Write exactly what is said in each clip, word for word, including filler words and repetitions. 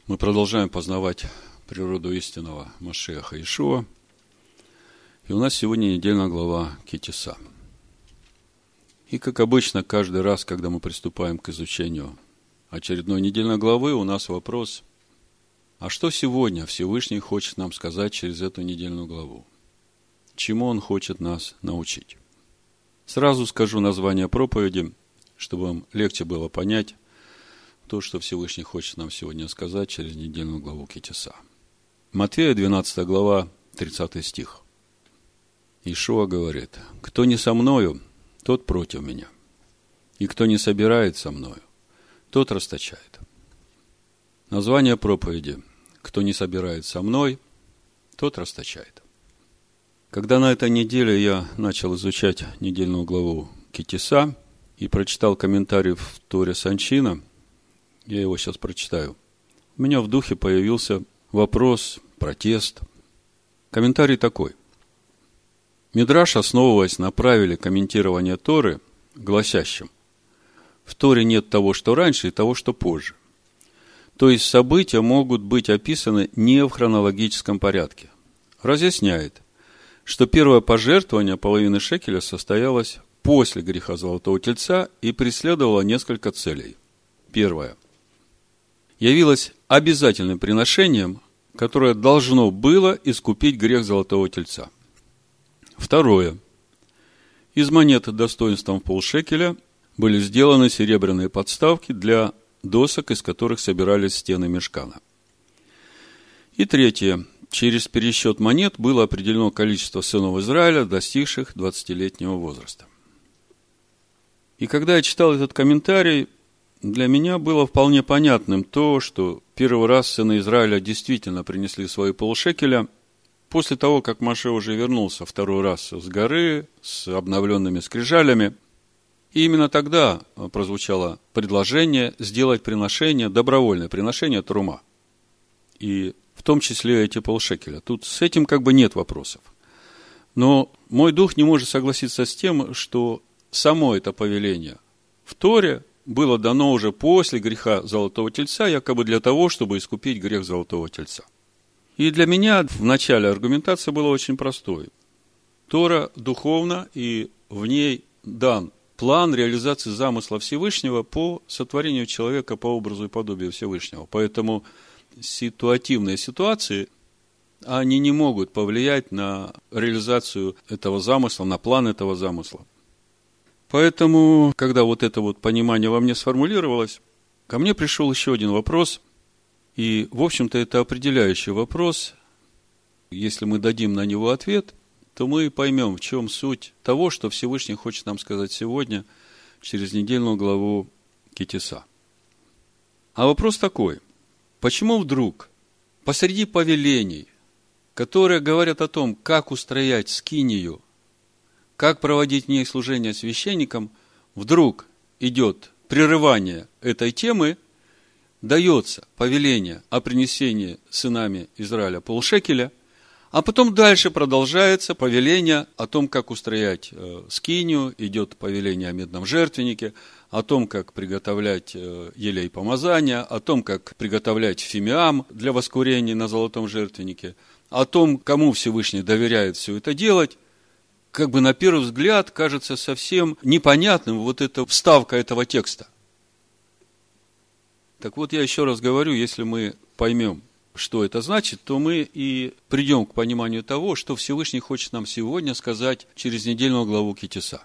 Мы продолжаем познавать природу истинного Машиаха Иешуа. И у нас сегодня недельная глава Ки-Тиса. И, как обычно, каждый раз, когда мы приступаем к изучению очередной недельной главы, у нас вопрос: а что сегодня Всевышний хочет нам сказать через эту недельную главу? Чему Он хочет нас научить? Сразу скажу название проповеди, чтобы вам легче было понять то, что Всевышний хочет нам сегодня сказать через недельную главу Ки-Тиса. Матфея, двенадцатая глава, тридцатый стих. Иешуа говорит: «Кто не со мною, тот против меня, и кто не собирает со мною, тот расточает». Название проповеди: «Кто не собирает со мной, тот расточает». Когда на этой неделе я начал изучать недельную главу Ки-Тиса и прочитал комментарий в Торе Санчина, я его сейчас прочитаю, у меня в духе появился вопрос, протест. Комментарий такой. Мидраш, основываясь на правиле комментирования Торы, гласящем: в Торе нет того, что раньше, и того, что позже. То есть события могут быть описаны не в хронологическом порядке. Разъясняет, что первое пожертвование половины шекеля состоялось после греха Золотого Тельца и преследовало несколько целей. Первое. Явилось обязательным приношением, которое должно было искупить грех Золотого Тельца. Второе. Из монет достоинством в полшекеля были сделаны серебряные подставки для досок, из которых собирались стены мишкана. И третье. Через пересчет монет было определено количество сынов Израиля, достигших двадцатилетнего возраста. И когда я читал этот комментарий, для меня было вполне понятным то, что первый раз сыны Израиля действительно принесли свои полшекеля после того, как Моше уже вернулся второй раз с горы с обновленными скрижалями. И именно тогда прозвучало предложение сделать приношение, добровольное приношение трума. И в том числе эти полшекеля. Тут с этим как бы нет вопросов. Но мой дух не может согласиться с тем, что само это повеление в Торе было дано уже после греха Золотого Тельца, якобы для того, чтобы искупить грех Золотого Тельца. И для меня в начале аргументация была очень простой. Тора духовна, и в ней дан план реализации замысла Всевышнего по сотворению человека по образу и подобию Всевышнего. Поэтому ситуативные ситуации, они не могут повлиять на реализацию этого замысла, на план этого замысла. Поэтому, когда вот это вот понимание во мне сформулировалось, ко мне пришел еще один вопрос, и, в общем-то, это определяющий вопрос. Если мы дадим на него ответ, то мы поймем, в чем суть того, что Всевышний хочет нам сказать сегодня через недельную главу Ки-Тиса. А вопрос такой: почему вдруг посреди повелений, которые говорят о том, как устроять скинию, как проводить в ней служение священникам, вдруг идет прерывание этой темы, дается повеление о принесении сынами Израиля полшекеля, а потом дальше продолжается повеление о том, как устроять э, скинию, идет повеление о медном жертвеннике, о том, как приготовлять э, елей помазания, о том, как приготовлять фимиам для воскурения на золотом жертвеннике, о том, кому Всевышний доверяет все это делать. Как бы на первый взгляд кажется совсем непонятным вот эта вставка этого текста. Так вот, я еще раз говорю, если мы поймем, что это значит, то мы и придем к пониманию того, что Всевышний хочет нам сегодня сказать через недельную главу Ки-Тиса.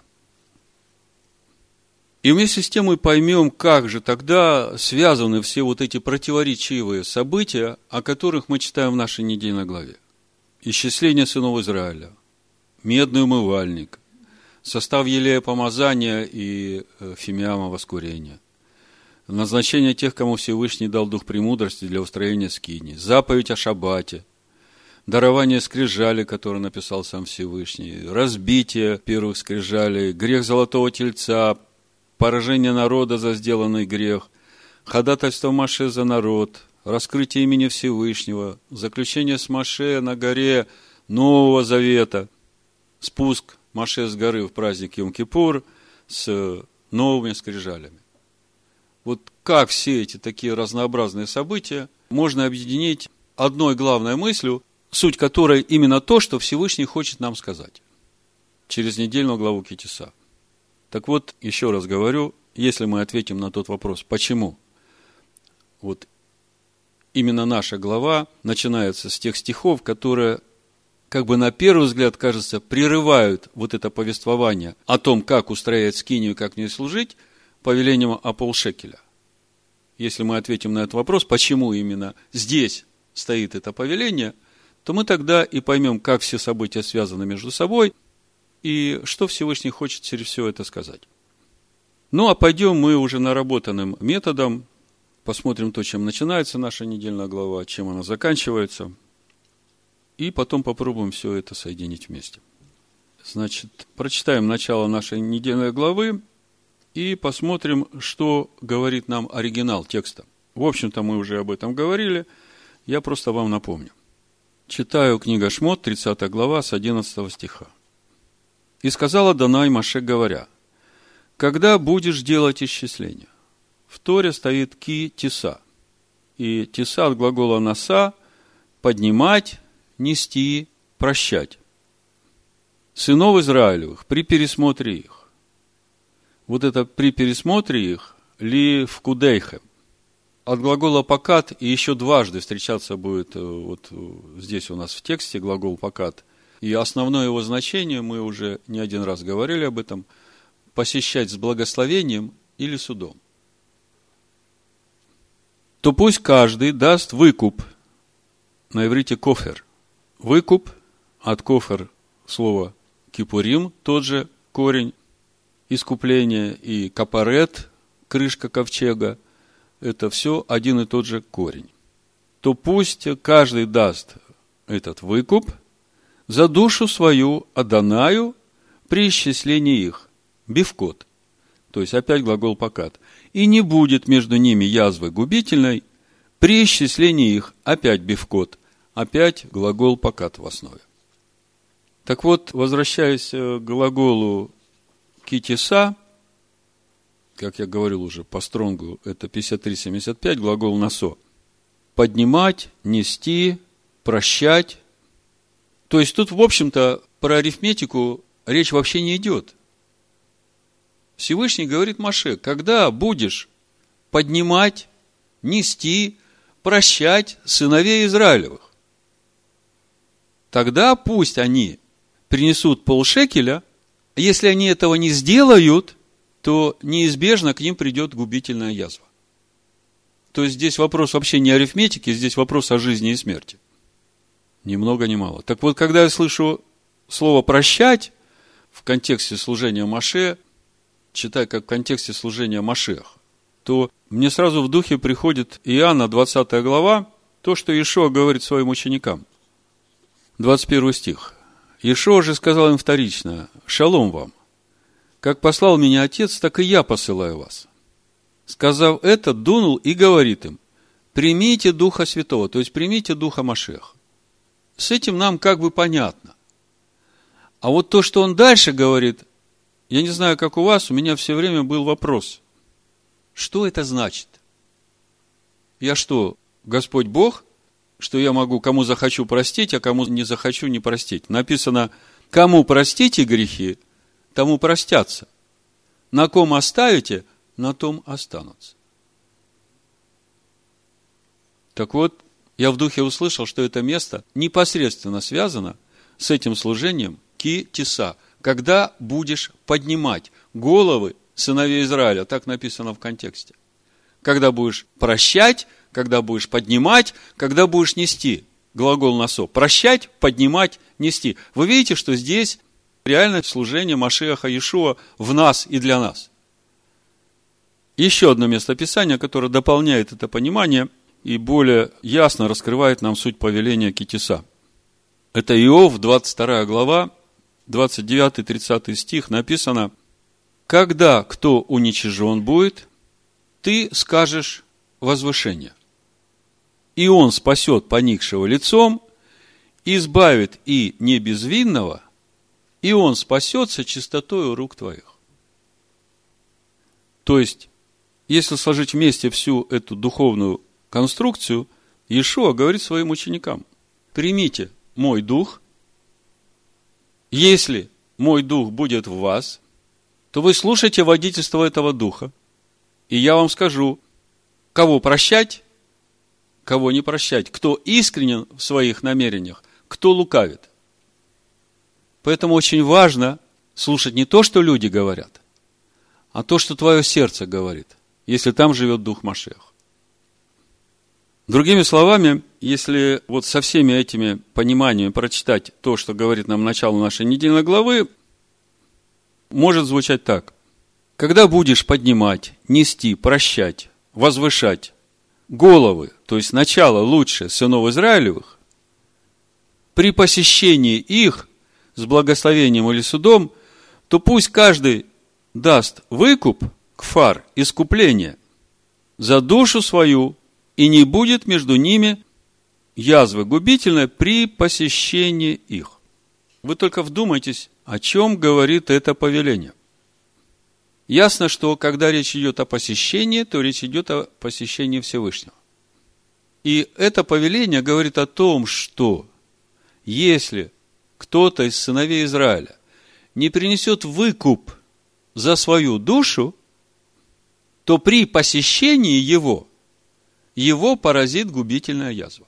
И вместе с тем мы поймем, как же тогда связаны все вот эти противоречивые события, о которых мы читаем в нашей недельной главе. Исчисление сынов Израиля, медный умывальник, состав елея помазания и фимиама воскурения, назначение тех, кому Всевышний дал дух премудрости для устроения скинии, заповедь о шаббате, дарование скрижали, которое написал сам Всевышний, разбитие первых скрижалей, грех Золотого Тельца, поражение народа за сделанный грех, ходатайство Моше за народ, раскрытие имени Всевышнего, заключение с Моше на горе Нового Завета, спуск Моше с горы в праздник Йом-Кипур с новыми скрижалями. Вот как все эти такие разнообразные события можно объединить одной главной мыслью, суть которой именно то, что Всевышний хочет нам сказать через недельную главу Ки-Тиса. Так вот, еще раз говорю, если мы ответим на тот вопрос, почему вот именно наша глава начинается с тех стихов, которые, как бы на первый взгляд, кажется, прерывают вот это повествование о том, как устроять скинию и как в ней служить, повелением о полшекеля. Если мы ответим на этот вопрос, почему именно здесь стоит это повеление, то мы тогда и поймем, как все события связаны между собой, и что Всевышний хочет через все это сказать. Ну, а пойдем мы уже наработанным методом, посмотрим то, чем начинается наша недельная глава, чем она заканчивается, и потом попробуем все это соединить вместе. Значит, прочитаем начало нашей недельной главы и посмотрим, что говорит нам оригинал текста. В общем-то, мы уже об этом говорили, я просто вам напомню. Читаю книга Шмот, тридцатая глава, с одиннадцатого стиха. «И сказал Адонай Моше, говоря: когда будешь делать исчисление?» В Торе стоит ки-тиса. И тиса от глагола наса – поднимать, нести, прощать. Сынов Израилевых при пересмотре их. Вот это при пересмотре их ли в кудейхем. От глагола покат и еще дважды встречаться будет вот здесь у нас в тексте глагол покат. И основное его значение, мы уже не один раз говорили об этом, посещать с благословением или судом. То пусть каждый даст выкуп, на иврите кофер. Выкуп, от кофер слово кипурим, тот же корень, искупление, и капарет, крышка ковчега, это все один и тот же корень. То пусть каждый даст этот выкуп за душу свою Адонаю при исчислении их. Бивкот. То есть опять глагол покат. И не будет между ними язвы губительной при исчислении их. Опять бивкот. Опять глагол покат в основе. Так вот, возвращаясь к глаголу китиса, как я говорил уже по стронгу, это пятьдесят три семьдесят пять, глагол насо. Поднимать, нести, прощать. То есть тут, в общем-то, про арифметику речь вообще не идет. Всевышний говорит Моше: когда будешь поднимать, нести, прощать сыновей Израилевых, тогда пусть они принесут полшекеля, а если они этого не сделают, то неизбежно к ним придет губительная язва. То есть здесь вопрос вообще не арифметики, здесь вопрос о жизни и смерти. Ни много ни мало. Так вот, когда я слышу слово «прощать» в контексте служения Моше, читая как в контексте служения Машиах, то мне сразу в духе приходит Иоанна, двадцатая глава, то, что Иешуа говорит своим ученикам. двадцать первый стих. Иешуа же сказал им вторично: «Шалом вам! Как послал меня Отец, так и я посылаю вас». Сказав это, дунул и говорит им: примите Духа Святого, то есть примите Духа Машиаха. С этим нам как бы понятно. А вот то, что он дальше говорит, я не знаю, как у вас, у меня все время был вопрос. Что это значит? Я что, Господь Бог, что я могу кому захочу простить, а кому не захочу не простить? Написано: кому простите грехи, тому простятся. На ком оставите, на том останутся. Так вот, я в духе услышал, что это место непосредственно связано с этим служением ки-тиса, когда будешь поднимать головы сыновей Израиля, так написано в контексте. Когда будешь прощать, когда будешь поднимать, когда будешь нести. Глагол насо. Прощать, поднимать, нести. Вы видите, что здесь реальное служение Машиаха Иешуа в нас и для нас. Еще одно место Писания, которое дополняет это понимание и более ясно раскрывает нам суть повеления китиса. Это Иов, двадцать вторая глава, двадцать девятый тридцатый стих, написано: когда кто уничижен будет, ты скажешь возвышение, и он спасет поникшего лицом, избавит и небезвинного, и он спасется чистотою рук твоих. То есть, если сложить вместе всю эту духовную конструкцию, Иешуа говорит своим ученикам: примите мой дух, если мой дух будет в вас, то вы слушайте водительство этого духа, и я вам скажу, кого прощать, кого не прощать, кто искренен в своих намерениях, кто лукавит. Поэтому очень важно слушать не то, что люди говорят, а то, что твое сердце говорит, если там живет Дух Машиах. Другими словами, если вот со всеми этими пониманиями прочитать то, что говорит нам начало нашей недельной главы, может звучать так. Когда будешь поднимать, нести, прощать, возвышать головы, то есть начало лучше сынов Израилевых, при посещении их с благословением или судом, то пусть каждый даст выкуп, кфар, искупление за душу свою, и не будет между ними язвы губительной при посещении их. Вы только вдумайтесь, о чем говорит это повеление. Ясно, что когда речь идет о посещении, то речь идет о посещении Всевышнего. И это повеление говорит о том, что если кто-то из сыновей Израиля не принесет выкуп за свою душу, то при посещении его, его поразит губительная язва.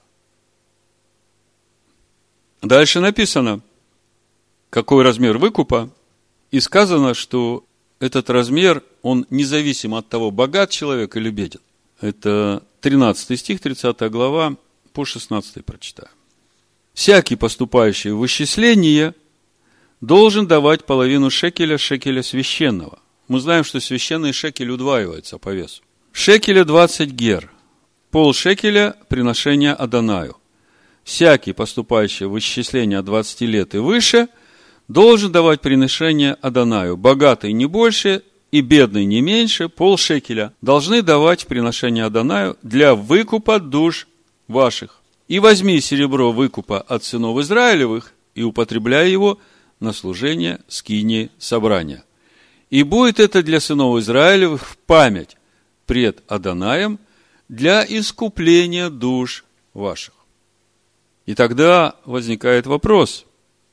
Дальше написано, какой размер выкупа, и сказано, что этот размер, он независим от того, богат человек или беден. Это тринадцатый стих, тридцатая глава, по шестнадцатый прочитаю. Всякий, поступающий в исчисление, должен давать половину шекеля, шекеля священного. Мы знаем, что священный шекель удваивается по весу. Шекеля двадцать гер, пол шекеля приношения Адонаю. Всякий, поступающий в исчисление от двадцати лет и выше, должен давать приношение Адонаю. Богатый не больше и бедный не меньше, пол шекеля должны давать приношение Адонаю для выкупа душ ваших. И возьми серебро выкупа от сынов Израилевых и употребляй его на служение скинии собрания. И будет это для сынов Израилевых в память пред Адонаем для искупления душ ваших. И тогда возникает вопрос: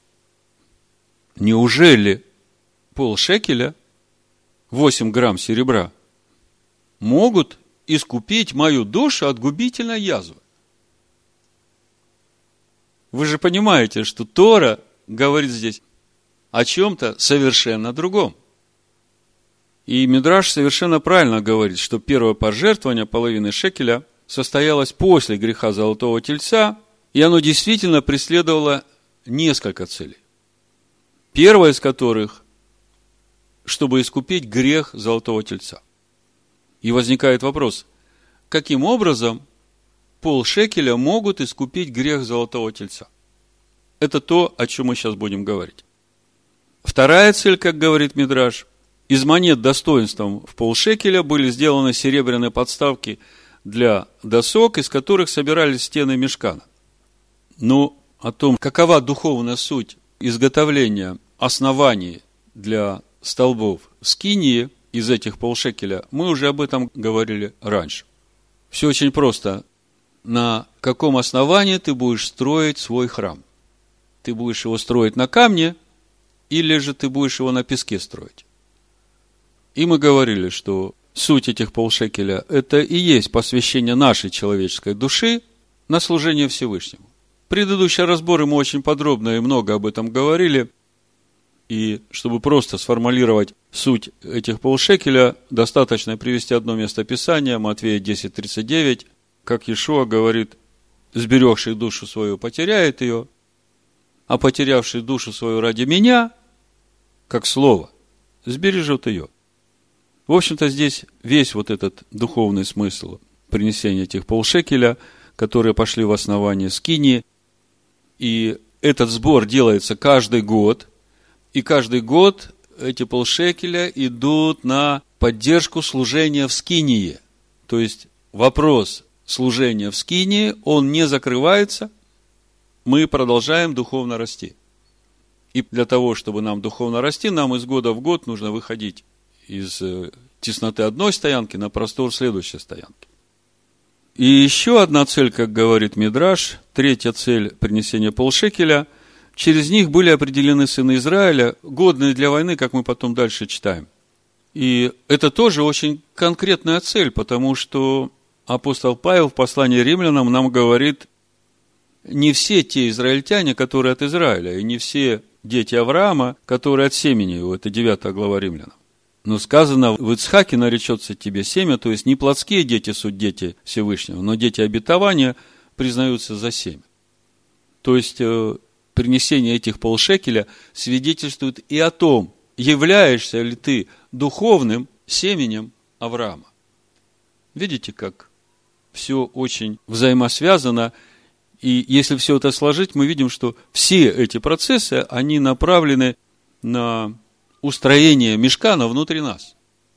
неужели полшекеля, восемь грамм серебра, могут искупить мою душу от губительной язвы? Вы же понимаете, что Тора говорит здесь о чем-то совершенно другом. И Мидраш совершенно правильно говорит, что первое пожертвование половины шекеля состоялось после греха золотого тельца, и оно действительно преследовало несколько целей. Первая из которых, чтобы искупить грех золотого тельца. И возникает вопрос, каким образом полшекеля могут искупить грех золотого тельца? Это то, о чем мы сейчас будем говорить. Вторая цель, как говорит Мидраш, из монет достоинством в полшекеля были сделаны серебряные подставки для досок, из которых собирались стены мишкана. Но о том, какова духовная суть изготовления оснований для столбов скинии из этих полшекеля, мы уже об этом говорили раньше. Все очень просто. На каком основании ты будешь строить свой храм? Ты будешь его строить на камне, или же ты будешь его на песке строить? И мы говорили, что суть этих полшекеля – это и есть посвящение нашей человеческой души на служение Всевышнему. Предыдущие разборы мы очень подробно и много об этом говорили. И чтобы просто сформулировать суть этих полшекеля, достаточно привести одно место Писания, Матфея десять тридцать девять, как Иешуа говорит: сберегший душу свою потеряет ее, а потерявший душу свою ради меня, как слово, сбережет ее. В общем-то, здесь весь вот этот духовный смысл принесения этих полшекеля, которые пошли в основание скинии. И этот сбор делается каждый год. И каждый год эти полшекеля идут на поддержку служения в скинии. То есть вопрос служения в скинии, он не закрывается. Мы продолжаем духовно расти. И для того, чтобы нам духовно расти, нам из года в год нужно выходить из тесноты одной стоянки на простор следующей стоянки. И еще одна цель, как говорит Мидраш, третья цель принесения полшекеля, через них были определены сыны Израиля, годные для войны, как мы потом дальше читаем. И это тоже очень конкретная цель, потому что апостол Павел в послании римлянам нам говорит, не все те израильтяне, которые от Израиля, и не все дети Авраама, которые от семени его, это девятая глава римлянам. Но сказано, в Ицхаке наречется тебе семя, то есть не плотские дети суть дети Всевышнего, но дети обетования признаются за семя. То есть, э, принесение этих полшекеля свидетельствует и о том, являешься ли ты духовным семенем Авраама. Видите, как все очень взаимосвязано, и если все это сложить, мы видим, что все эти процессы, они направлены на устроение мишкана внутри нас.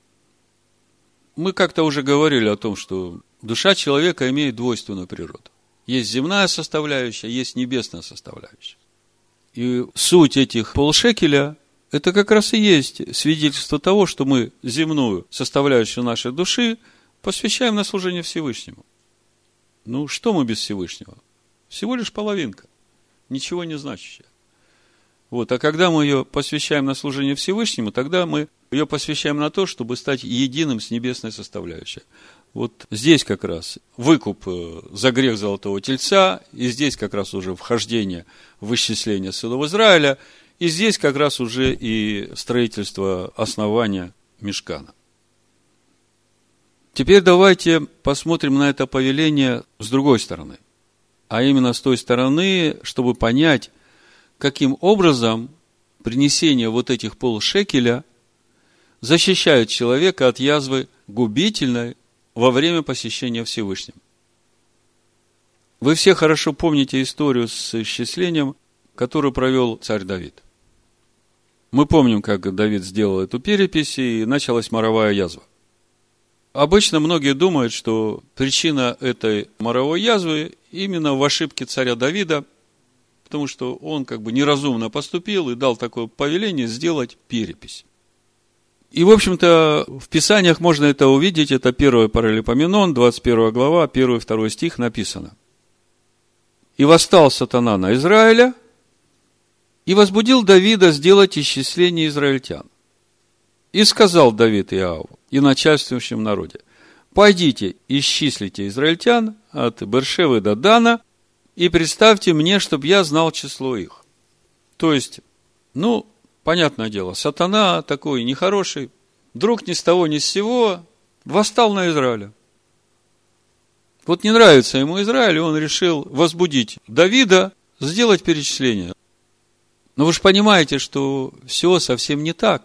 Мы как-то уже говорили о том, что душа человека имеет двойственную природу. Есть земная составляющая, есть небесная составляющая. И суть этих полшекеля – это как раз и есть свидетельство того, что мы земную составляющую нашей души посвящаем на служение Всевышнему. Ну, что мы без Всевышнего? Всего лишь половинка, ничего не значащая. Вот, а когда мы ее посвящаем на служение Всевышнему, тогда мы ее посвящаем на то, чтобы стать единым с небесной составляющей. Вот здесь как раз выкуп за грех золотого тельца, и здесь как раз уже вхождение в исчисление сынов Израиля, и здесь как раз уже и строительство основания мишкана. Теперь давайте посмотрим на это повеление с другой стороны. А именно с той стороны, чтобы понять, каким образом принесение вот этих полшекеля защищает человека от язвы губительной во время посещения Всевышним. Вы все хорошо помните историю с исчислением, которую провел царь Давид. Мы помним, как Давид сделал эту перепись, и началась моровая язва. Обычно многие думают, что причина этой моровой язвы именно в ошибке царя Давида, потому что он как бы неразумно поступил и дал такое повеление сделать перепись. И, в общем-то, в Писаниях можно это увидеть. Это первое Паралипоменон, двадцать первая глава, первый и второй стих написано. «И восстал сатана на Израиля, и возбудил Давида сделать исчисление израильтян. И сказал Давид Иоаву и начальствующим народе: пойдите, исчислите израильтян от Бершевы до Дана, и представьте мне, чтобы я знал число их». То есть, ну, понятное дело, сатана такой нехороший, вдруг ни с того ни с сего восстал на Израиля. Вот не нравится ему Израиль, и он решил возбудить Давида, сделать перечисление. Но вы же понимаете, что все совсем не так.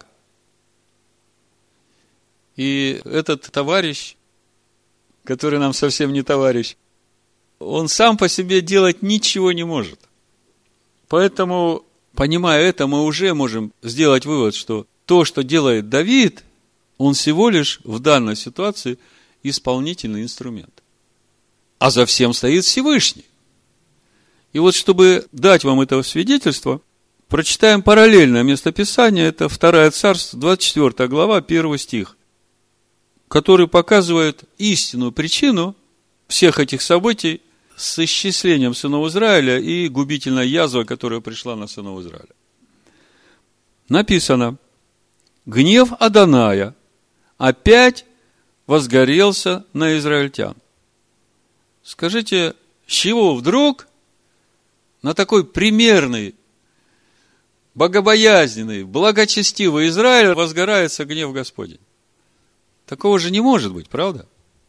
И этот товарищ, который нам совсем не товарищ, он сам по себе делать ничего не может. Поэтому, понимая это, мы уже можем сделать вывод, что то, что делает Давид, он всего лишь в данной ситуации исполнительный инструмент. А за всем стоит Всевышний. И вот, чтобы дать вам это свидетельство, прочитаем параллельное местописание, это второе Царство, двадцать четвёртая глава, первый стих, который показывает истинную причину всех этих событий с исчислением сынов Израиля и губительной язвой, которая пришла на сынов Израиля. Написано: гнев Адоная опять возгорелся на израильтян. Скажите, с чего вдруг на такой примерный, богобоязненный, благочестивый Израиль возгорается гнев Господень? Такого же не может быть, правда?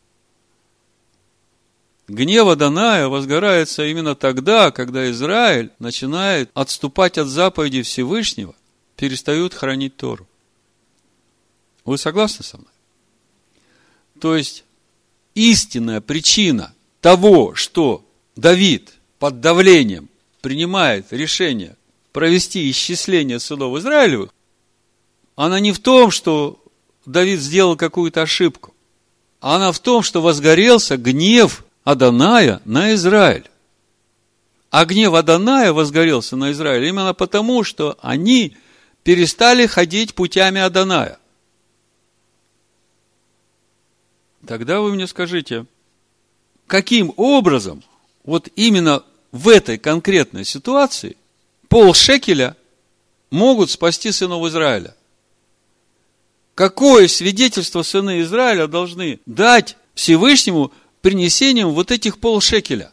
Гнев Адоная возгорается именно тогда, когда Израиль начинает отступать от заповедей Всевышнего, перестают хранить Тору. Вы согласны со мной? То есть, истинная причина того, что Давид под давлением принимает решение провести исчисление сынов Израилевых, она не в том, что Давид сделал какую-то ошибку, а она в том, что возгорелся гнев Адоная на Израиль. А гнев Адоная возгорелся на Израиль именно потому, что они перестали ходить путями Адоная. Тогда вы мне скажите, каким образом вот именно в этой конкретной ситуации полшекеля могут спасти сынов Израиля. Какое свидетельство сыны Израиля должны дать Всевышнему принесением вот этих полшекеля?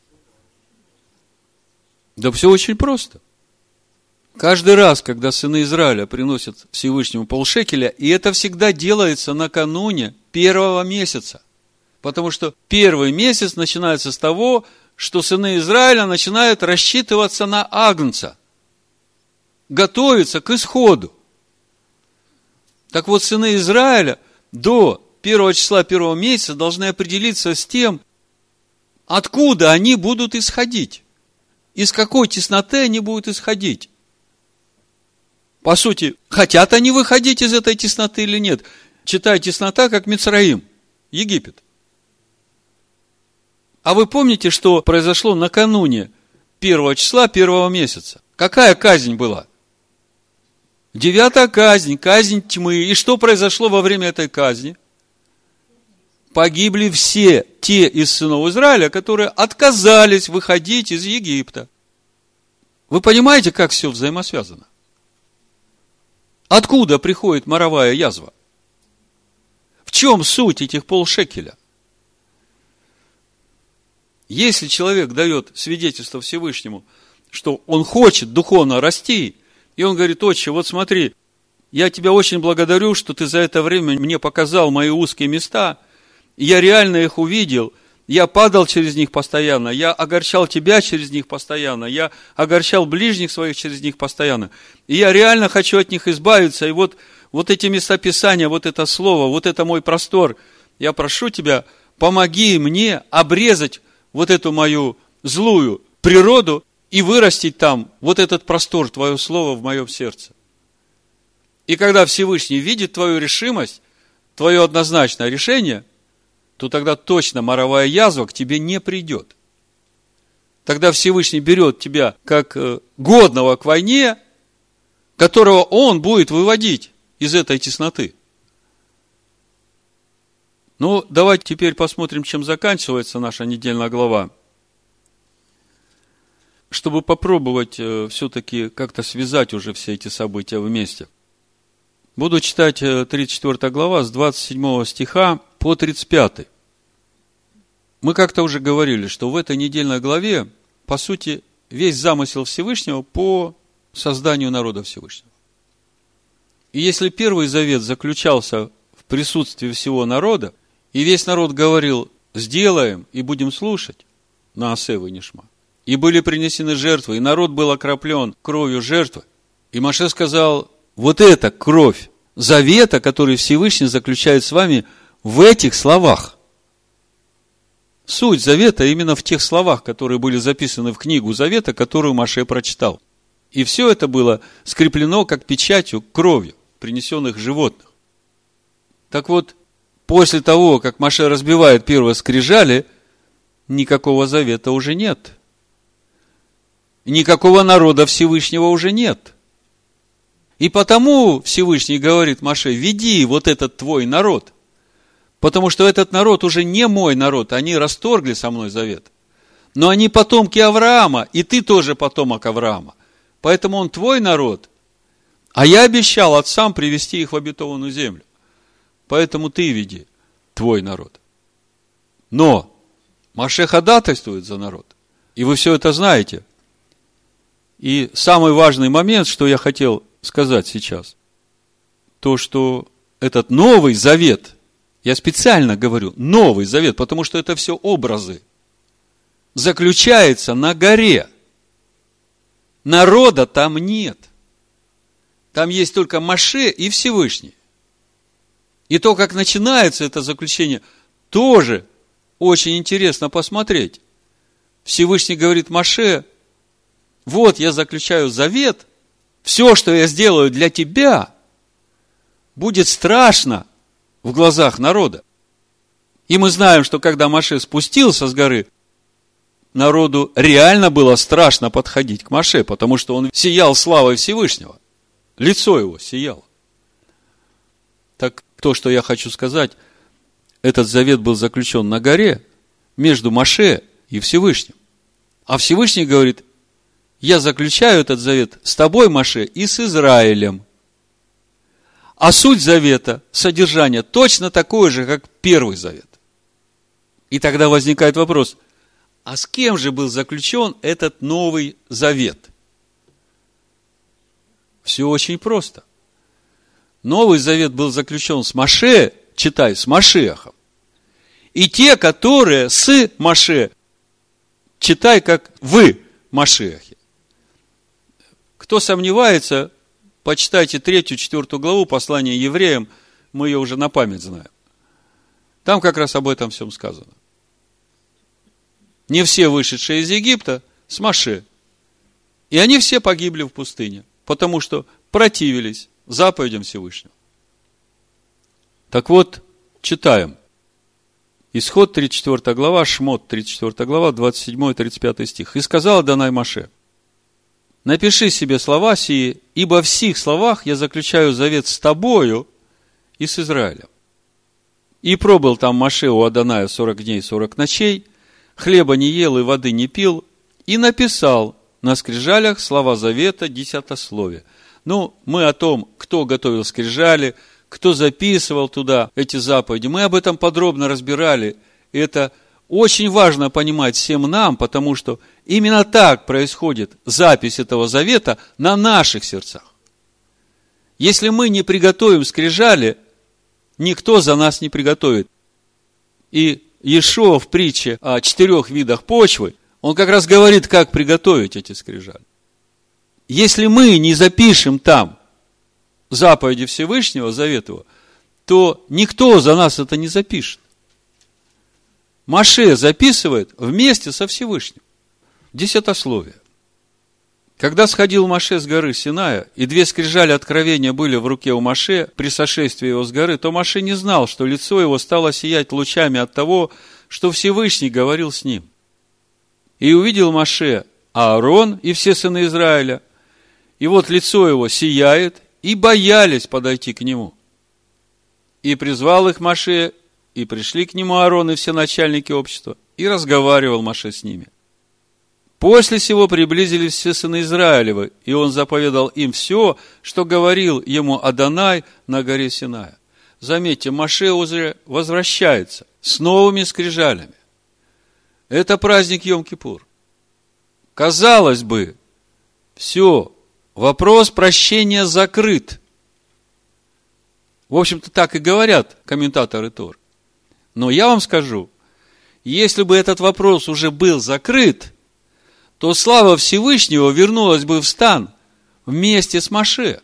Да все очень просто. Каждый раз, когда сыны Израиля приносят Всевышнему полшекеля, и это всегда делается накануне первого месяца. Потому что первый месяц начинается с того, что сыны Израиля начинают рассчитываться на агнца, готовиться к исходу. Так вот, сыны Израиля до первого числа первого месяца должны определиться с тем, откуда они будут исходить, из какой тесноты они будут исходить. По сути, хотят они выходить из этой тесноты или нет? Читая теснота, как Мицраим, Египет. А вы помните, что произошло накануне первого числа первого месяца? Какая казнь была? Девятая казнь, казнь тьмы. И что произошло во время этой казни? Погибли все те из сынов Израиля, которые отказались выходить из Египта. Вы понимаете, как все взаимосвязано? Откуда приходит моровая язва? В чем суть этих полшекеля? Если человек дает свидетельство Всевышнему, что он хочет духовно расти, и он говорит: отче, вот смотри, я тебя очень благодарю, что ты за это время мне показал мои узкие места, и я реально их увидел, я падал через них постоянно, я огорчал тебя через них постоянно, я огорчал ближних своих через них постоянно, и я реально хочу от них избавиться, и вот, вот эти места Писания, вот это слово, вот это мой простор, я прошу тебя, помоги мне обрезать вот эту мою злую природу и вырастить там вот этот простор, твое слово в моем сердце. И когда Всевышний видит твою решимость, твое однозначное решение, то тогда точно моровая язва к тебе не придет. Тогда Всевышний берет тебя как годного к войне, которого он будет выводить из этой тесноты. Ну, давайте теперь посмотрим, чем заканчивается наша недельная глава. Чтобы попробовать э, все-таки как-то связать уже все эти события вместе. Буду читать э, тридцать четвёртая глава с двадцать седьмого стиха по тридцать пятый. Мы как-то уже говорили, что в этой недельной главе, по сути, весь замысел Всевышнего по созданию народа Всевышнего. И если Первый Завет заключался в присутствии всего народа, и весь народ говорил: сделаем и будем слушать, на Асев и Нишма, и были принесены жертвы, и народ был окроплен кровью жертвы, и Моше сказал: вот эта кровь завета, который Всевышний заключает с вами в этих словах. Суть завета именно в тех словах, которые были записаны в книгу завета, которую Моше прочитал. И все это было скреплено как печатью кровью принесенных животных. Так вот, после того, как Моше разбивает первые скрижали, никакого завета уже нет. Никакого народа Всевышнего уже нет. И потому Всевышний говорит Моше: веди вот этот твой народ, потому что этот народ уже не мой народ, они расторгли со мной завет. Но они потомки Авраама, и ты тоже потомок Авраама. Поэтому он твой народ, а я обещал отцам привести их в обетованную землю. Поэтому ты веди твой народ. Но Моше ходатайствует за народ, и вы все это знаете. И самый важный момент, что я хотел сказать сейчас, то, что этот Новый Завет, я специально говорю Новый Завет, потому что это все образы, заключается на горе. Народа там нет. Там есть только Моше и Всевышний. И то, как начинается это заключение, тоже очень интересно посмотреть. Всевышний говорит Моше: вот я заключаю завет, все, что я сделаю для тебя, будет страшно в глазах народа. И мы знаем, что когда Моше спустился с горы, народу реально было страшно подходить к Моше, потому что он сиял славой Всевышнего. Лицо его сияло. Так то, что я хочу сказать, этот завет был заключен на горе, между Моше и Всевышним. А Всевышний говорит: я заключаю этот завет с тобой, Моше, и с Израилем. А суть завета, содержание точно такое же, как первый завет. И тогда возникает вопрос: а с кем же был заключен этот новый завет? Все очень просто. Новый завет был заключен с Моше, читай, с Машиахом. И те, которые с Моше, читай, как вы, Машиахи. Кто сомневается, почитайте третью, четвертую главу послания евреям, мы ее уже на память знаем. Там как раз об этом всем сказано. Не все вышедшие из Египта с Моше. И они все погибли в пустыне, потому что противились заповедям Всевышнего. Так вот, читаем. Исход тридцать четвёртая глава, Шмот тридцать четвёртая глава, двадцать седьмой тридцать пятый стих. «И сказал Адонай Моше: напиши себе слова сии, ибо в сих словах я заключаю завет с тобою и с Израилем. И пробыл там Моше у Адоная сорок дней и сорок ночей, хлеба не ел и воды не пил, и написал на скрижалях слова завета десятословия». Ну, мы о том, кто готовил скрижали, кто записывал туда эти заповеди, мы об этом подробно разбирали. И это очень важно понимать всем нам, потому что именно так происходит запись этого завета на наших сердцах. Если мы не приготовим скрижали, никто за нас не приготовит. И Иешуа в притче о четырех видах почвы, он как раз говорит, как приготовить эти скрижали. Если мы не запишем там заповеди Всевышнего, завет его, то никто за нас это не запишет. Моше записывает вместе со Всевышним. Десятословие. Когда сходил Моше с горы Синая, и две скрижали откровения были в руке у Моше при сошествии его с горы, то Моше не знал, что лицо его стало сиять лучами от того, что Всевышний говорил с ним. И увидел Моше Аарон и все сыны Израиля, и вот лицо его сияет, и боялись подойти к нему. И призвал их Моше, и пришли к нему Аарон и все начальники общества, и разговаривал Моше с ними. После сего приблизились все сыны Израилевы, и он заповедал им все, что говорил ему Адонай на горе Синая. Заметьте, Моше уже возвращается с новыми скрижалями. Это праздник Йом-Кипур. Казалось бы, все, вопрос прощения закрыт. В общем-то, так и говорят комментаторы Торы. Но я вам скажу, если бы этот вопрос уже был закрыт, то слава Всевышнего вернулась бы в стан вместе с Моше.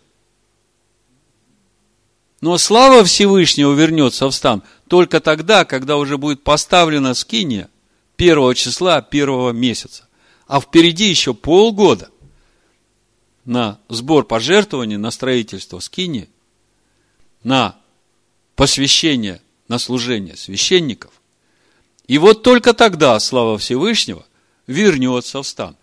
Но слава Всевышнего вернется в стан только тогда, когда уже будет поставлена скиния первого числа первого месяца. А впереди еще полгода на сбор пожертвований, на строительство скинии, на посвящение, на служение священников. И вот только тогда слава Всевышнего вернется в стан.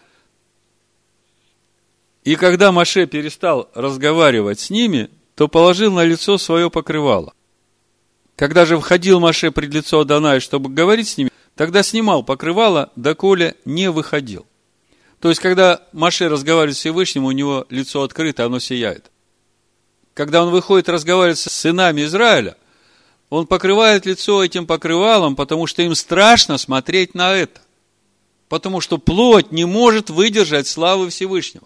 И когда Моше перестал разговаривать с ними, то положил на лицо свое покрывало. Когда же входил Моше пред лицо Адоная, чтобы говорить с ними, тогда снимал покрывало, доколе не выходил. То есть, когда Моше разговаривает с Всевышним, у него лицо открыто, оно сияет. Когда он выходит разговаривать с сынами Израиля, он покрывает лицо этим покрывалом, потому что им страшно смотреть на это. Потому что плоть не может выдержать славы Всевышнего.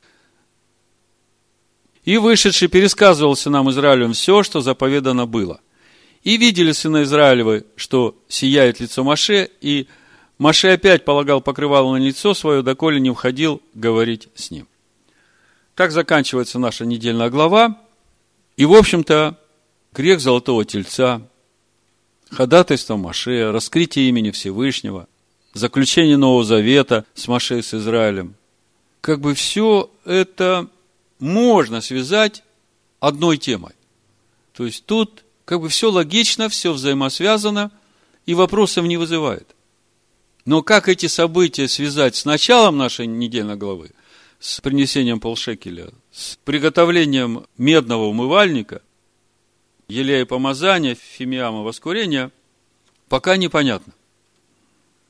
И вышедший пересказывал сынам Израилевым все, что заповедано было. И видели сыны Израилевы, что сияет лицо Моше, и Моше опять полагал покрывало на лицо свое, доколе не входил говорить с ним. Так заканчивается наша недельная глава. И, в общем-то, грех золотого тельца, ходатайство Моше, раскрытие имени Всевышнего, заключение Нового Завета с Моше и с Израилем. Как бы все это можно связать одной темой. То есть тут как бы все логично, все взаимосвязано и вопросов не вызывает. Но как эти события связать с началом нашей недельной главы, с принесением полшекеля, с приготовлением медного умывальника, елея помазания, фимиама воскурения, пока непонятно.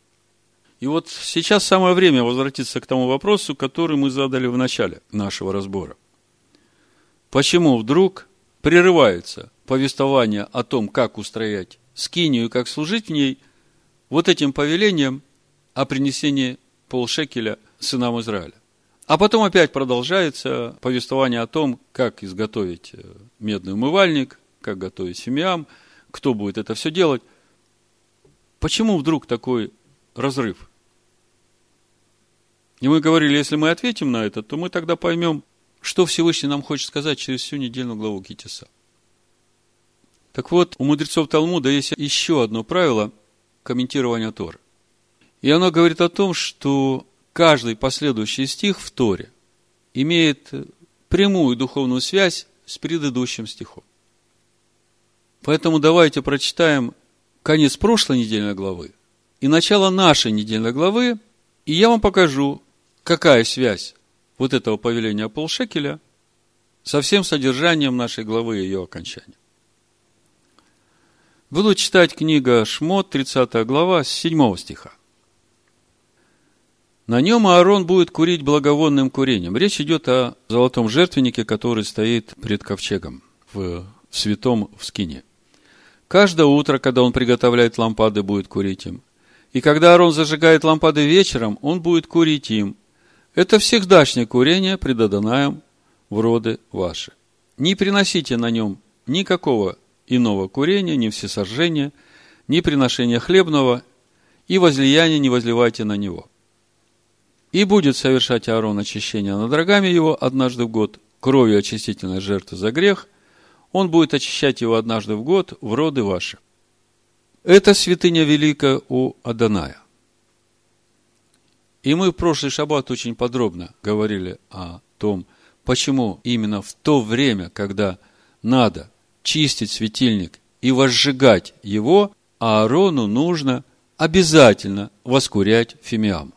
И вот сейчас самое время возвратиться к тому вопросу, который мы задали в начале нашего разбора. Почему вдруг прерывается повествование о том, как устроять скинию и как служить в ней, вот этим повелением о принесении полшекеля сынам Израиля? А потом опять продолжается повествование о том, как изготовить медный умывальник, как готовить фимиам, кто будет это все делать. Почему вдруг такой разрыв? И мы говорили, если мы ответим на это, то мы тогда поймем, что Всевышний нам хочет сказать через всю недельную главу Ки-Тиса. Так вот, у мудрецов Талмуда есть еще одно правило комментирования Торы. И оно говорит о том, что каждый последующий стих в Торе имеет прямую духовную связь с предыдущим стихом. Поэтому давайте прочитаем конец прошлой недельной главы и начало нашей недельной главы, и я вам покажу, какая связь вот этого повеления полшекеля со всем содержанием нашей главы и ее окончания. Буду читать книга Шмот, тридцатая глава, с седьмого стиха. На нем Аарон будет курить благовонным курением. Речь идет о золотом жертвеннике, который стоит пред ковчегом в святом в скине. Каждое утро, когда он приготовляет лампады, будет курить им. И когда Аарон зажигает лампады вечером, он будет курить им. Это всегдашнее курение пред Адонаем в роды ваши. Не приносите на нем никакого иного курения, ни всесожжения, ни приношения хлебного, и возлияния не возливайте на него. И будет совершать Аарон очищение над рогами его однажды в год, кровью очистительной жертвы за грех. Он будет очищать его однажды в год в роды ваши. Это святыня великая у Адоная. И мы в прошлый шаббат очень подробно говорили о том, почему именно в то время, когда надо чистить светильник и возжигать его, Аарону нужно обязательно воскурять фимиам.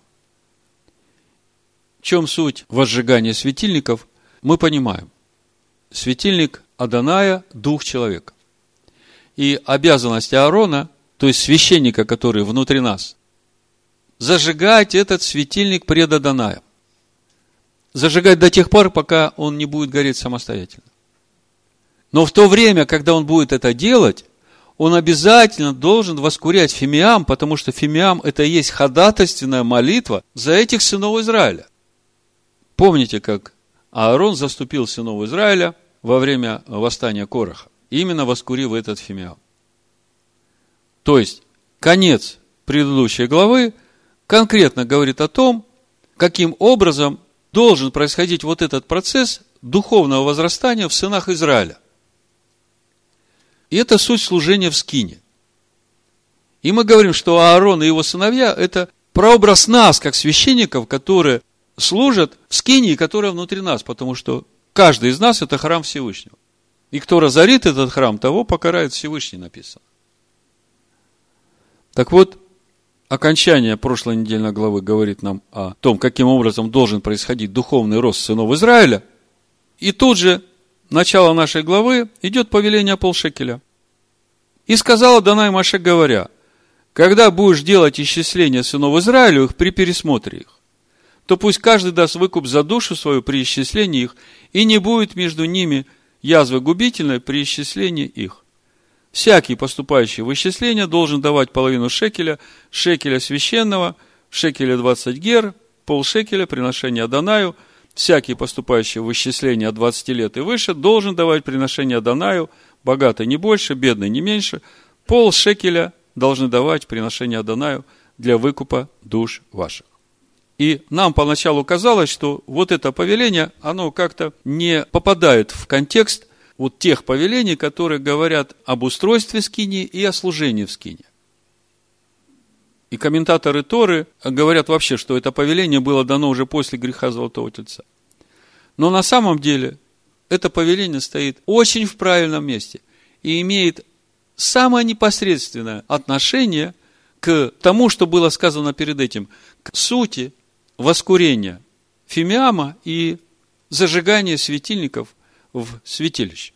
В чем суть возжигания светильников, мы понимаем. Светильник Адоная – дух человека. И обязанность Аарона, то есть священника, который внутри нас, зажигать этот светильник пред Адонаем. Зажигать до тех пор, пока он не будет гореть самостоятельно. Но в то время, когда он будет это делать, он обязательно должен воскурять фимиам, потому что фимиам – это и есть ходатайственная молитва за этих сынов Израиля. Помните, как Аарон заступил сынов Израиля во время восстания Кораха, именно воскурив этот фимиам. То есть, конец предыдущей главы конкретно говорит о том, каким образом должен происходить вот этот процесс духовного возрастания в сынах Израиля. И это суть служения в скине. И мы говорим, что Аарон и его сыновья – это прообраз нас, как священников, которые служат в скинии, которая внутри нас, потому что каждый из нас – это храм Всевышнего. И кто разорит этот храм, того покарает Всевышний, написано. Так вот, окончание прошлой недельной главы говорит нам о том, каким образом должен происходить духовный рост сынов Израиля. И тут же, начало нашей главы, идет повеление полшекеля. И сказал Адонай Моше, говоря: когда будешь делать исчисление сынов Израилевых при пересмотре их, то пусть каждый даст выкуп за душу свою при исчислении их, и не будет между ними язвы губительной при исчислении их. Всякий, поступающий в исчисление, должен давать половину шекеля, шекеля священного, шекеля двадцать гер, полшекеля приношения Адонаю. Всякий, поступающий в исчисление от двадцати лет и выше, должен давать приношение Адонаю, богатый не больше, бедный не меньше, полшекеля должны давать приношение Адонаю для выкупа душ ваших. И нам поначалу казалось, что вот это повеление, оно как-то не попадает в контекст вот тех повелений, которые говорят об устройстве скинии и о служении в скине. И комментаторы Торы говорят вообще, что это повеление было дано уже после греха Золотого Тельца. Но на самом деле это повеление стоит очень в правильном месте и имеет самое непосредственное отношение к тому, что было сказано перед этим, к сути воскурения фимиама и зажигания светильников в святилище.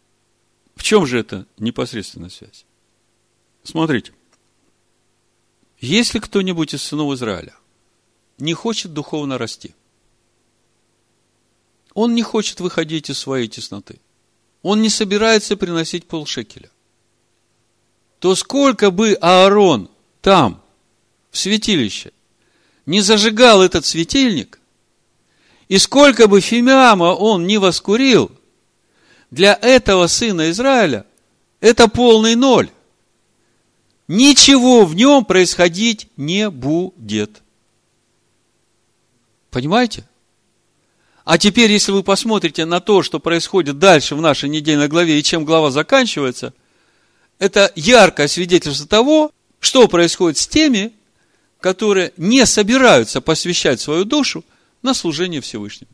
В чем же эта непосредственная связь? Смотрите. Если кто-нибудь из сынов Израиля не хочет духовно расти, он не хочет выходить из своей тесноты, он не собирается приносить полшекеля, то сколько бы Аарон там, в святилище, не зажигал этот светильник, и сколько бы фимиама он не воскурил, для этого сына Израиля это полный ноль. Ничего в нем происходить не будет. Понимаете? А теперь, если вы посмотрите на то, что происходит дальше в нашей недельной главе, и чем глава заканчивается, это яркое свидетельство того, что происходит с теми, которые не собираются посвящать свою душу на служение Всевышнему.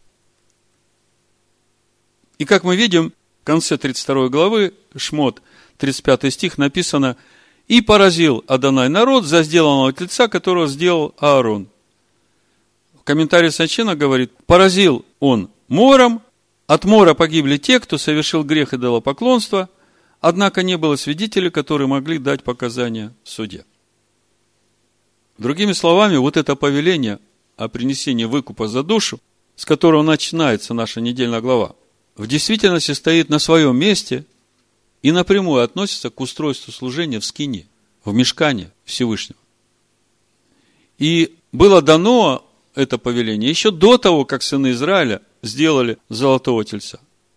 И как мы видим, в конце тридцать второй главы, Шмот, тридцать пятый стих, написано: «И поразил Адонай народ за сделанного от лица, которого сделал Аарон». В комментарии Сачена говорит: поразил он мором, от мора погибли те, кто совершил грех идолопоклонства, однако не было свидетелей, которые могли дать показания в суде. Другими словами, вот это повеление о принесении выкупа за душу, с которого начинается наша недельная глава, в действительности стоит на своем месте и напрямую относится к устройству служения в скине, в мишкане Всевышнего. И было дано это повеление еще до того, как сыны Израиля сделали золотого тельца.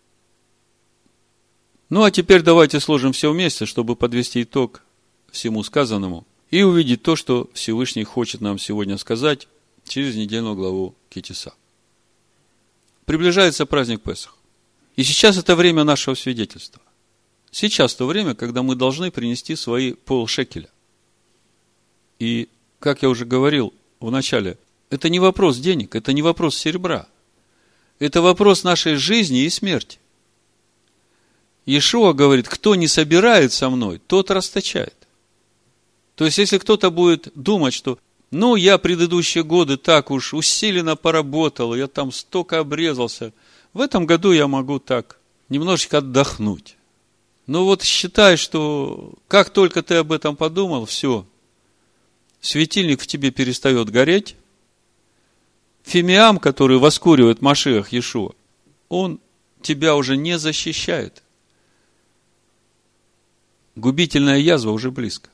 Ну, а теперь давайте сложим все вместе, чтобы подвести итог всему сказанному и увидеть то, что Всевышний хочет нам сегодня сказать через недельную главу Ки-Тиса. Приближается праздник Песах. И сейчас это время нашего свидетельства. Сейчас то время, когда мы должны принести свои полшекеля. И, как я уже говорил в начале, это не вопрос денег, это не вопрос серебра. Это вопрос нашей жизни и смерти. Иешуа говорит: кто не собирает со мной, тот расточает. То есть, если кто-то будет думать, что ну, я предыдущие годы так уж усиленно поработал, я там столько обрезался, в этом году я могу так немножечко отдохнуть. Но вот считай, что как только ты об этом подумал, все, светильник в тебе перестает гореть. Фимиам, который воскуривает Машиах Иешуа, он тебя уже не защищает. Губительная язва уже близко.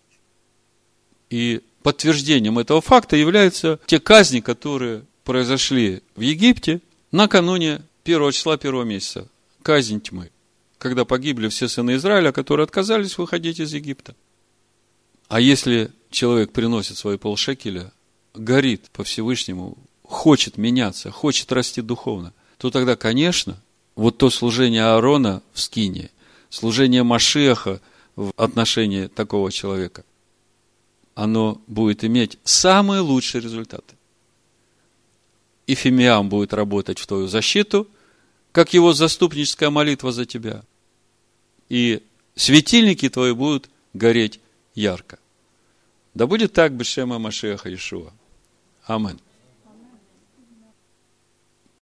И подтверждением этого факта являются те казни, которые произошли в Египте накануне первого числа первого месяца. Казнь тьмы, когда погибли все сыны Израиля, которые отказались выходить из Египта. А если человек приносит свои полшекеля, горит по Всевышнему, хочет меняться, хочет расти духовно, то тогда, конечно, вот то служение Аарона в скине, служение Машиаха в отношении такого человека, оно будет иметь самые лучшие результаты. И Фимиам будет работать в твою защиту, как его заступническая молитва за тебя. И светильники твои будут гореть ярко. Да будет так бешема Машиаха Иешуа. Аминь.